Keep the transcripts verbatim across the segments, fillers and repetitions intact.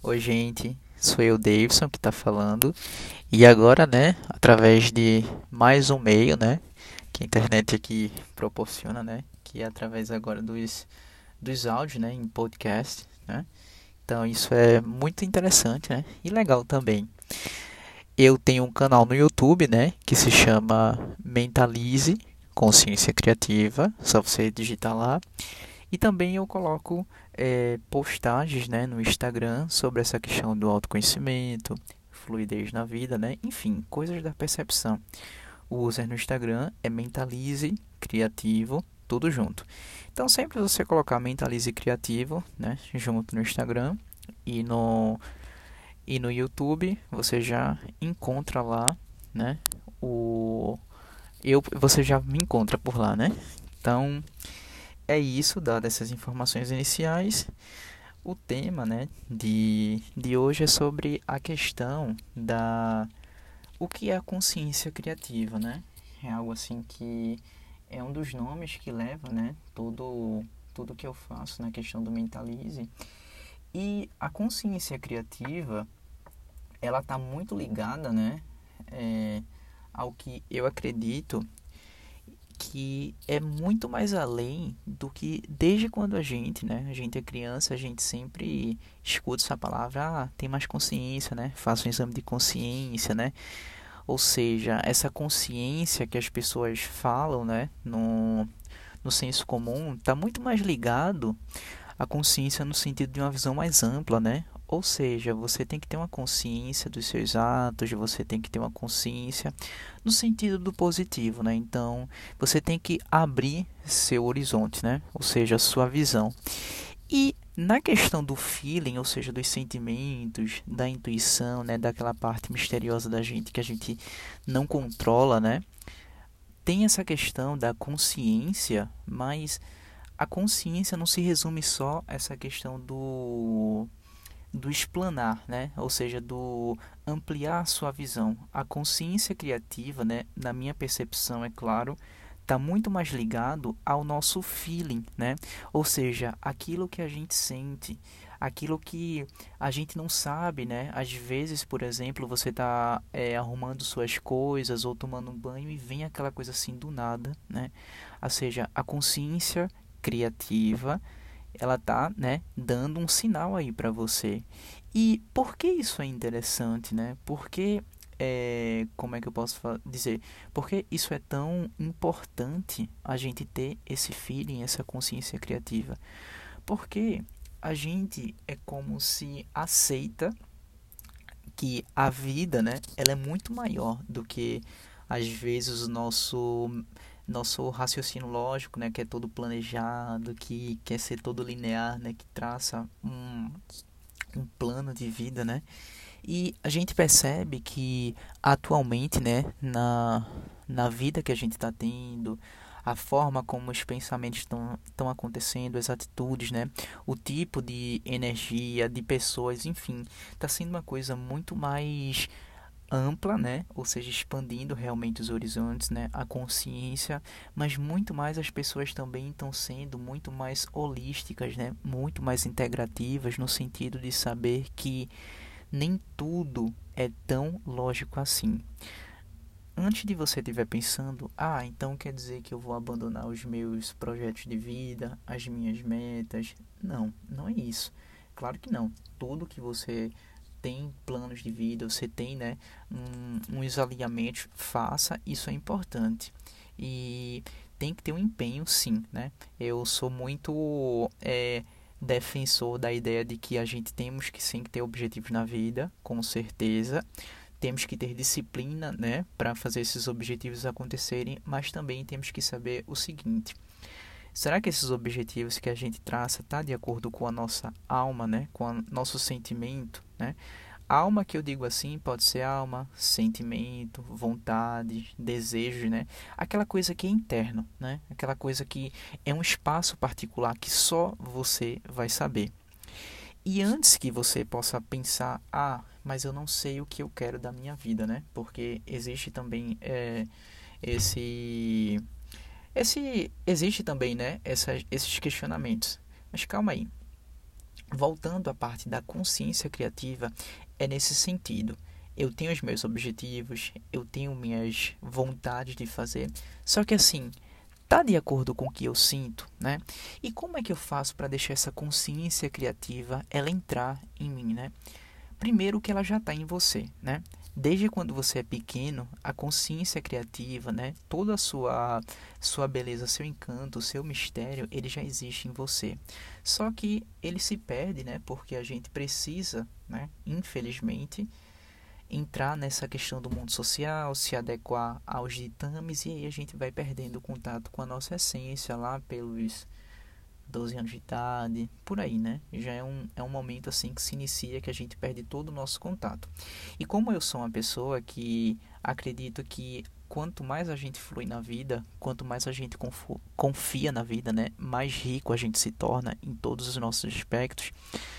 Oi, gente. Sou eu, Davidson, que está falando. E agora, né, através de mais um meio, né, que a internet aqui proporciona, né, que é através agora dos, dos áudios, né, em podcast, né. Então, isso é muito interessante, né, e legal também. Eu tenho um canal no YouTube, né, que se chama Mentalize Consciência Criativa. Só você digitar lá. E também eu coloco eh, postagens, né, no Instagram sobre essa questão do autoconhecimento, fluidez na vida, né? Enfim, coisas da percepção. O user no Instagram é Mentalize Criativo, tudo junto. Então, sempre você colocar Mentalize Criativo, né, junto no Instagram e no, e no YouTube, você já encontra lá, né, o... Eu, você já me encontra por lá, né? Então, é isso, dadas essas informações iniciais. O tema, né, de, de hoje é sobre a questão da o que é a consciência criativa, né? É algo assim que é um dos nomes que leva, né, todo tudo que eu faço na questão do Mentalize. E a consciência criativa, ela está muito ligada, né, é, ao que eu acredito que é muito mais além do que desde quando a gente, né, a gente é criança, a gente sempre escuta essa palavra, ah, tem mais consciência, né? Faça um exame de consciência, né? Ou seja, essa consciência que as pessoas falam, né, no, no senso comum, está muito mais ligado à consciência no sentido de uma visão mais ampla, né? Ou seja, você tem que ter uma consciência dos seus atos, você tem que ter uma consciência no sentido do positivo, né? Então, você tem que abrir seu horizonte, né? Ou seja, sua visão. E na questão do feeling, ou seja, dos sentimentos, da intuição, né, daquela parte misteriosa da gente que a gente não controla, né? Tem essa questão da consciência, mas a consciência não se resume só a essa questão do do explanar, né? Ou seja, do ampliar a sua visão. A consciência criativa, né, na minha percepção, é claro, está muito mais ligado ao nosso feeling, né? Ou seja, aquilo que a gente sente, aquilo que a gente não sabe, né? Às vezes, por exemplo, você está é, arrumando suas coisas ou tomando um banho e vem aquela coisa assim do nada, né? Ou seja, a consciência criativa, ela tá, né, dando um sinal aí para você. E por que isso é interessante, né? Porque é, como é que eu posso dizer? Porque isso é tão importante a gente ter esse feeling, essa consciência criativa. Porque a gente é como se aceita que a vida, né, ela é muito maior do que às vezes o nosso nosso raciocínio lógico, né, que é todo planejado, que quer ser todo linear, né, que traça um, um plano de vida, né? E a gente percebe que atualmente, né, na, na vida que a gente está tendo, a forma como os pensamentos estão estão acontecendo, as atitudes, né, o tipo de energia, de pessoas, enfim, está sendo uma coisa muito mais ampla, né? Ou seja, expandindo realmente os horizontes, né? A consciência, mas muito mais as pessoas também estão sendo muito mais holísticas, né? Muito mais integrativas no sentido de saber que nem tudo é tão lógico assim. Antes de você estiver pensando, ah, então quer dizer que eu vou abandonar os meus projetos de vida, as minhas metas. Não, não é isso. Claro que não. Tudo que você tem planos de vida, você tem, né, um, uns alinhamentos, faça, isso é importante. E tem que ter um empenho, sim, né? Eu sou muito é, defensor da ideia de que a gente temos que sim ter objetivos na vida, com certeza. Temos que ter disciplina, né, para fazer esses objetivos acontecerem, mas também temos que saber o seguinte: será que esses objetivos que a gente traça tá de acordo com a nossa alma, né, com o nosso sentimento, né? Alma, que eu digo assim, pode ser alma, sentimento, vontade, desejo, né? Aquela coisa que é interno, né? Aquela coisa que é um espaço particular que só você vai saber. E antes que você possa pensar, ah, mas eu não sei o que eu quero da minha vida, né? Porque existe também é, esse, esse, existe também, né? Essa, esses questionamentos. Mas calma aí. voltando à parte da consciência criativa, é nesse sentido. Eu tenho os meus objetivos, eu tenho minhas vontades de fazer, só que assim, tá de acordo com o que eu sinto, né? E como é que eu faço para deixar essa consciência criativa ela entrar em mim, né? Primeiro que ela já está em você, né? Desde quando você é pequeno, a consciência criativa, né? Toda a sua sua beleza, seu encanto, seu mistério, ele já existe em você. Só que ele se perde, né? Porque a gente precisa, né? Infelizmente, entrar nessa questão do mundo social, se adequar aos ditames, e aí a gente vai perdendo o contato com a nossa essência lá pelos doze anos de idade, por aí, né? Já é um, é um momento assim que se inicia que a gente perde todo o nosso contato. E como eu sou uma pessoa que acredito que quanto mais a gente flui na vida, quanto mais a gente confia na vida, né? Mais rico a gente se torna em todos os nossos aspectos.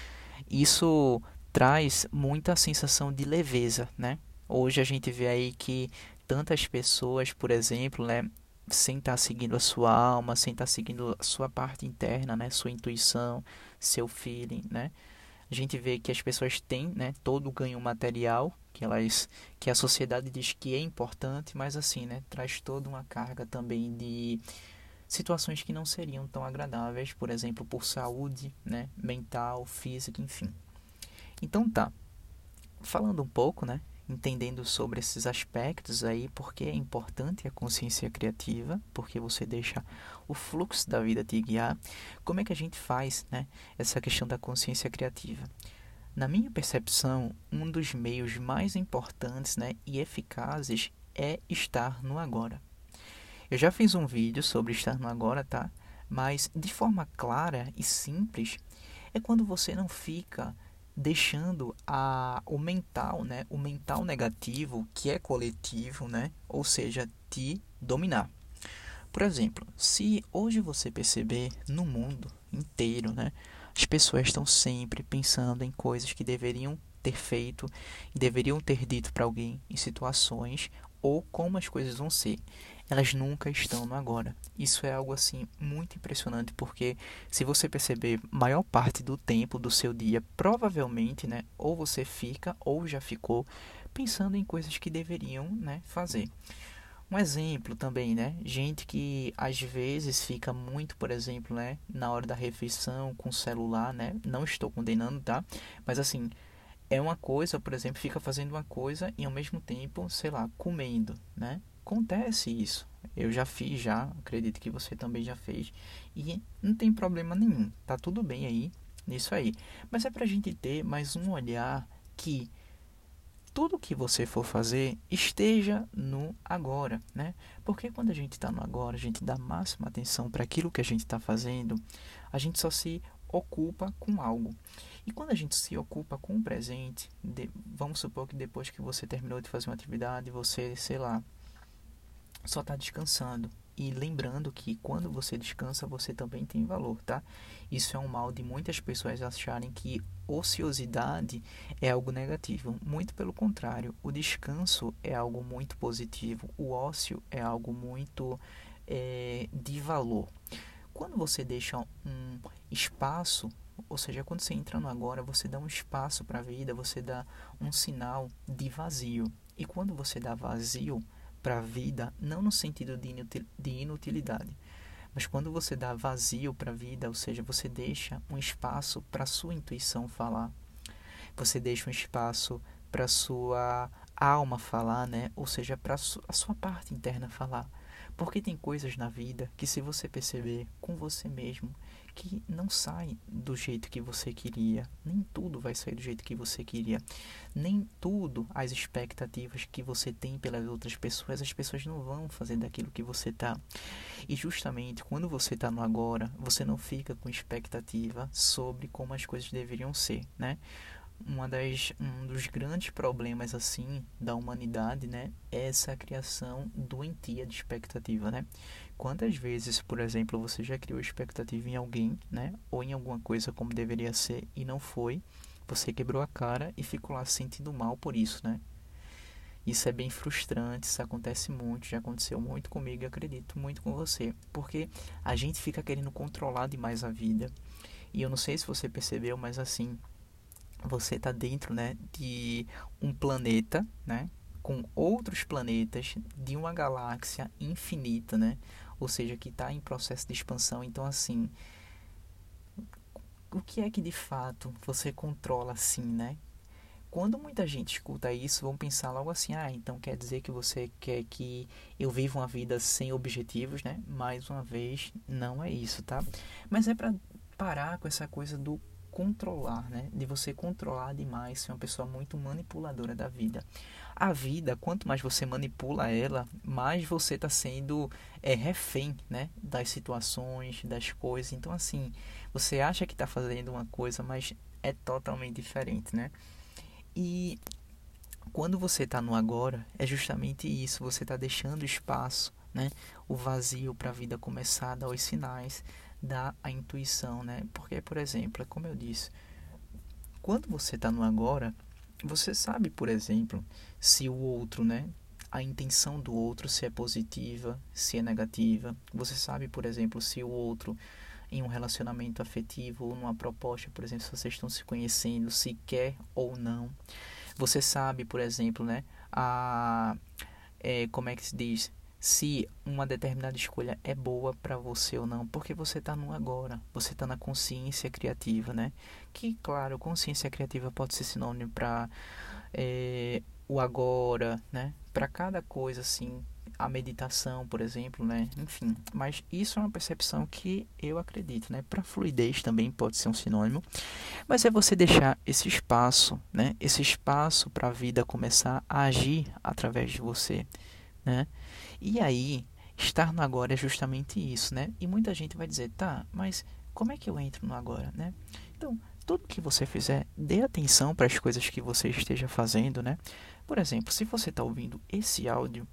Isso traz muita sensação de leveza, né? Hoje a gente vê aí que tantas pessoas, por exemplo, né, sem estar seguindo a sua alma, sem estar seguindo a sua parte interna, né, sua intuição, seu feeling, né? A gente vê que as pessoas têm, né, todo o ganho material que elas, que a sociedade diz que é importante, mas assim, né, traz toda uma carga também de situações que não seriam tão agradáveis, por exemplo, por saúde, né, mental, física, enfim. Então tá, falando um pouco, né, entendendo sobre esses aspectos aí, porque é importante a consciência criativa, porque você deixa o fluxo da vida te guiar. Como é que a gente faz, né, essa questão da consciência criativa? Na minha percepção, um dos meios mais importantes, né, e eficazes é estar no agora. Eu já fiz um vídeo sobre estar no agora, tá? Mas de forma clara e simples, é quando você não fica deixando a, o mental, né, o mental negativo, que é coletivo, né, ou seja, te dominar. Por exemplo, se hoje você perceber no mundo inteiro, né, as pessoas estão sempre pensando em coisas que deveriam ter feito e deveriam ter dito para alguém em situações ou como as coisas vão ser. Elas nunca estão no agora. Isso é algo assim muito impressionante, porque se você perceber, maior parte do tempo do seu dia, provavelmente, né, ou você fica ou já ficou pensando em coisas que deveriam, né, fazer. Um exemplo também, né? Gente que às vezes fica muito, por exemplo, né, na hora da refeição com o celular, né? Não estou condenando, tá? Mas assim, é uma coisa, por exemplo, fica fazendo uma coisa e ao mesmo tempo, sei lá, comendo, né? Acontece isso. Eu já fiz já, acredito que você também já fez. E não tem problema nenhum. Tá tudo bem aí, nisso aí. Mas é pra gente ter mais um olhar que tudo que você for fazer esteja no agora, né? Porque quando a gente está no agora, a gente dá máxima atenção para aquilo que a gente está fazendo, a gente só se ocupa com algo. E quando a gente se ocupa com o presente, de, vamos supor que depois que você terminou de fazer uma atividade, você, sei lá, só está descansando. E lembrando que quando você descansa, você também tem valor, tá? Isso é um mal de muitas pessoas acharem que ociosidade é algo negativo. Muito pelo contrário, o descanso é algo muito positivo. O ócio é algo muito é, de valor. Quando você deixa um espaço, ou seja, quando você entra no agora, você dá um espaço para a vida, você dá um sinal de vazio. E quando você dá vazio para a vida, não no sentido de, inutil, de inutilidade, mas quando você dá vazio para a vida, ou seja, você deixa um espaço para a sua intuição falar, você deixa um espaço para a sua alma falar, né? Ou seja, para a sua parte interna falar. Porque tem coisas na vida que, se você perceber com você mesmo, que não sai do jeito que você queria. Nem tudo vai sair do jeito que você queria. Nem tudo, as expectativas que você tem pelas outras pessoas, as pessoas não vão fazer daquilo que você tá. E justamente quando você tá no agora, você não fica com expectativa sobre como as coisas deveriam ser, né? Uma das, um dos grandes problemas assim da humanidade, né, é essa criação doentia de expectativa, né? Quantas vezes, por exemplo, você já criou expectativa em alguém, né, ou em alguma coisa como deveria ser e não foi, você quebrou a cara e ficou lá se sentindo mal por isso, né? Isso é bem frustrante, isso acontece muito, já aconteceu muito comigo e acredito muito com você, porque a gente fica querendo controlar demais a vida. E eu não sei se você percebeu, mas assim, você está dentro, né, de um planeta, né, com outros planetas de uma galáxia infinita, né? Ou seja, que está em processo de expansão. Então, assim, o que é que de fato você controla assim, né? Quando muita gente escuta isso, vão pensar logo assim: ah, então quer dizer que você quer que eu viva uma vida sem objetivos, né? Mais uma vez, não é isso, tá? Mas é para parar com essa coisa do controlar, né? De você controlar demais, ser uma pessoa muito manipuladora da vida. A vida, quanto mais você manipula ela, mais você está sendo é, refém, né? Das situações, das coisas. Então, assim, você acha que está fazendo uma coisa, mas é totalmente diferente, né? E quando você está no agora, é justamente isso, você está deixando espaço, né? O vazio para a vida começar a dar os sinais, dar a intuição, né? Porque, por exemplo, é como eu disse, quando você está no agora, você sabe, por exemplo, se o outro, né? A intenção do outro, se é positiva, se é negativa. Você sabe, por exemplo, se o outro em um relacionamento afetivo ou numa proposta, por exemplo, se vocês estão se conhecendo, se quer ou não. Você sabe, por exemplo, né, a, é, como é que se diz, se uma determinada escolha é boa para você ou não, porque você está no agora, você está na consciência criativa, né? Que, claro, consciência criativa pode ser sinônimo para é, o agora, né? Para cada coisa, assim, a meditação, por exemplo, né? Enfim, mas isso é uma percepção que eu acredito, né? Para fluidez também pode ser um sinônimo, mas é você deixar esse espaço, né? Esse espaço para a vida começar a agir através de você, né? E aí, estar no agora é justamente isso, né? E muita gente vai dizer, tá, mas como é que eu entro no agora, né? Então, tudo que você fizer, dê atenção para as coisas que você esteja fazendo, né? Por exemplo, se você está ouvindo esse áudio,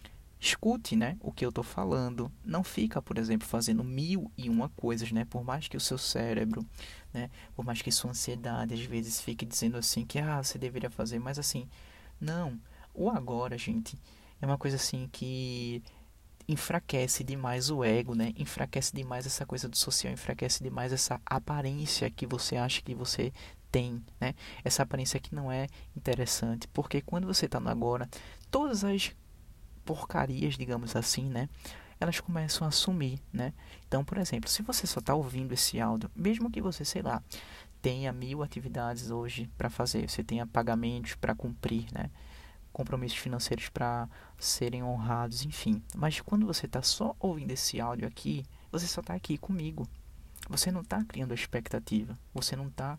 escute, né, o que eu estou falando. Não fica, por exemplo, fazendo mil e uma coisas, né? Por mais que o seu cérebro, né? Por mais que sua ansiedade às vezes fique dizendo assim que ah, você deveria fazer, mas assim, não. O agora, gente, é uma coisa assim que enfraquece demais o ego, né? Enfraquece demais essa coisa do social, enfraquece demais essa aparência que você acha que você tem, né? Essa aparência que não é interessante, porque quando você está no agora, todas as porcarias, digamos assim, né? Elas começam a sumir, né? Então, por exemplo, se você só está ouvindo esse áudio, mesmo que você, sei lá, tenha mil atividades hoje para fazer, você tenha pagamentos para cumprir, né? Compromissos financeiros para serem honrados, enfim. Mas quando você está só ouvindo esse áudio aqui, você só está aqui comigo. Você não está criando expectativa. Você não está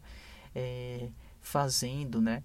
é, fazendo, né,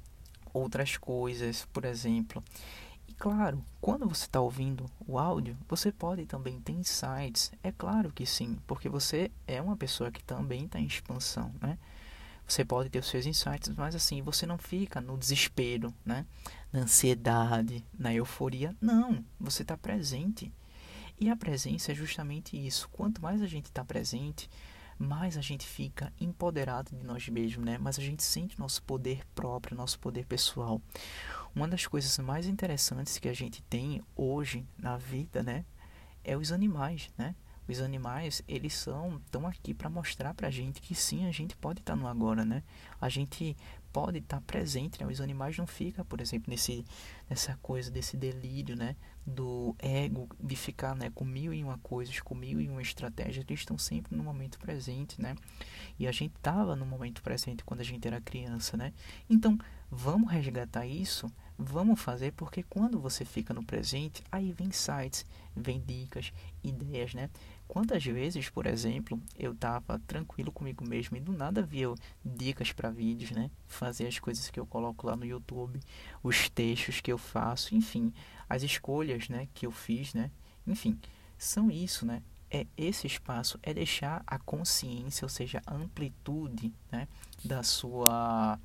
outras coisas, por exemplo. E claro, quando você está ouvindo o áudio, você pode também ter insights. É claro que sim, porque você é uma pessoa que também está em expansão, né? Você pode ter os seus insights, mas assim, você não fica no desespero, né? Na ansiedade, na euforia. Não, você está presente. E a presença é justamente isso. Quanto mais a gente está presente, mais a gente fica empoderado de nós mesmos, né? Mas a gente sente nosso poder próprio, nosso poder pessoal. Uma das coisas mais interessantes que a gente tem hoje na vida, né? É os animais, né? Os animais, eles são estão aqui para mostrar para a gente que sim, a gente pode estar no agora, né? A gente pode estar presente, né? Os animais não ficam, por exemplo, nesse, nessa coisa, desse delírio, né? Do ego, de ficar, né, com mil e uma coisas, com mil e uma estratégias. Eles estão sempre no momento presente, né? E a gente estava no momento presente quando a gente era criança, né? Então, vamos resgatar isso, vamos fazer, porque quando você fica no presente, aí vem insights, vem dicas, ideias, né? Quantas vezes, por exemplo, eu estava tranquilo comigo mesmo e do nada via dicas para vídeos, né? Fazer as coisas que eu coloco lá no YouTube, os textos que eu faço, enfim, as escolhas, né, que eu fiz, né? Enfim, são isso, né? É esse espaço, é deixar a consciência, ou seja, a amplitude, né, da sua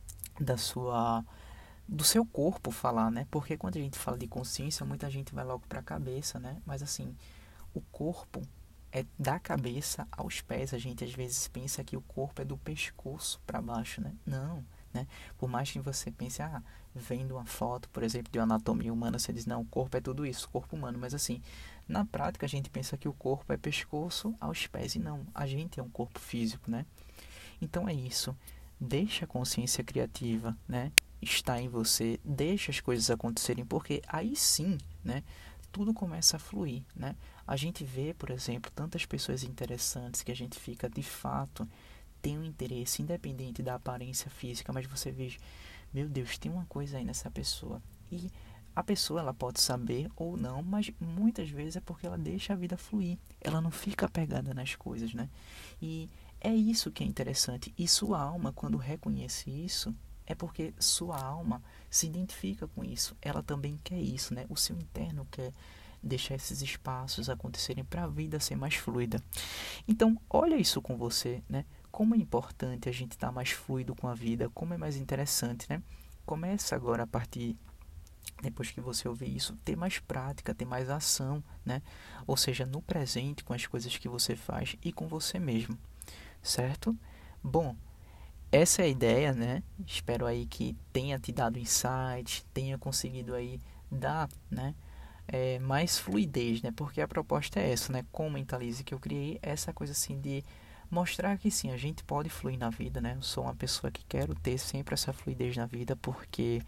da sua do seu corpo falar, né? Porque quando a gente fala de consciência, muita gente vai logo para a cabeça, né? Mas assim, o corpo é da cabeça aos pés. A gente às vezes pensa que o corpo é do pescoço para baixo, né? Não, né? Por mais que você pense, ah, vendo uma foto, por exemplo, de uma anatomia humana, você diz, não, o corpo é tudo isso, o corpo humano. Mas assim, na prática a gente pensa que o corpo é pescoço aos pés, e não, a gente é um corpo físico, né? Então é isso. Deixa a consciência criativa, né, estar em você, deixa as coisas acontecerem, porque aí sim, né, tudo começa a fluir, né? A gente vê, por exemplo, tantas pessoas interessantes que a gente fica, de fato, tem um interesse, independente da aparência física, mas você vê, meu Deus, tem uma coisa aí nessa pessoa. E a pessoa, ela pode saber ou não, mas muitas vezes é porque ela deixa a vida fluir. Ela não fica apegada nas coisas, né? E é isso que é interessante. E sua alma, quando reconhece isso, é porque sua alma se identifica com isso. Ela também quer isso, né? O seu interno quer deixar esses espaços acontecerem para a vida ser mais fluida. Então, olha isso com você, né? Como é importante a gente estar mais fluido com a vida, como é mais interessante, né? Começa agora a partir, depois que você ouvir isso, ter mais prática, ter mais ação, né? Ou seja, no presente, com as coisas que você faz e com você mesmo, certo? Bom, essa é a ideia, né? Espero aí que tenha te dado insight, tenha conseguido aí dar, né, é, mais fluidez, né? Porque a proposta é essa, né? Com o Mentalize que eu criei, essa coisa assim de mostrar que sim, a gente pode fluir na vida, né? Eu sou uma pessoa que quero ter sempre essa fluidez na vida, porque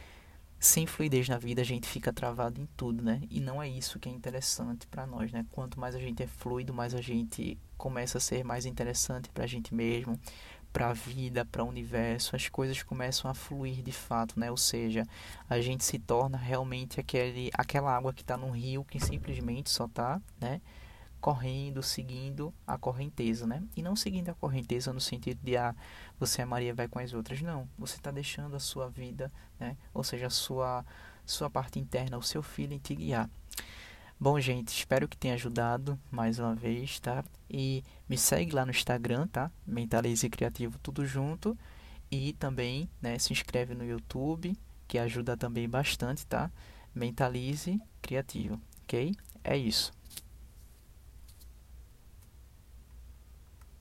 sem fluidez na vida a gente fica travado em tudo, né? E não é isso que é interessante para nós, né? Quanto mais a gente é fluido, mais a gente começa a ser mais interessante para a gente mesmo, para a vida, para o universo. As coisas começam a fluir de fato, né? Ou seja, a gente se torna realmente aquele, aquela água que está no rio que simplesmente só está, né, correndo, seguindo a correnteza, né? E não seguindo a correnteza no sentido de, ah, você é Maria, vai com as outras. Não, você está deixando a sua vida, né? Ou seja, a sua, sua parte interna, o seu feeling te guiar. Bom, gente, espero que tenha ajudado mais uma vez, tá? E me segue lá no Instagram, tá? Mentalize Criativo, tudo junto. E também, né, se inscreve no YouTube, que ajuda também bastante, tá? Mentalize Criativo, ok? É isso.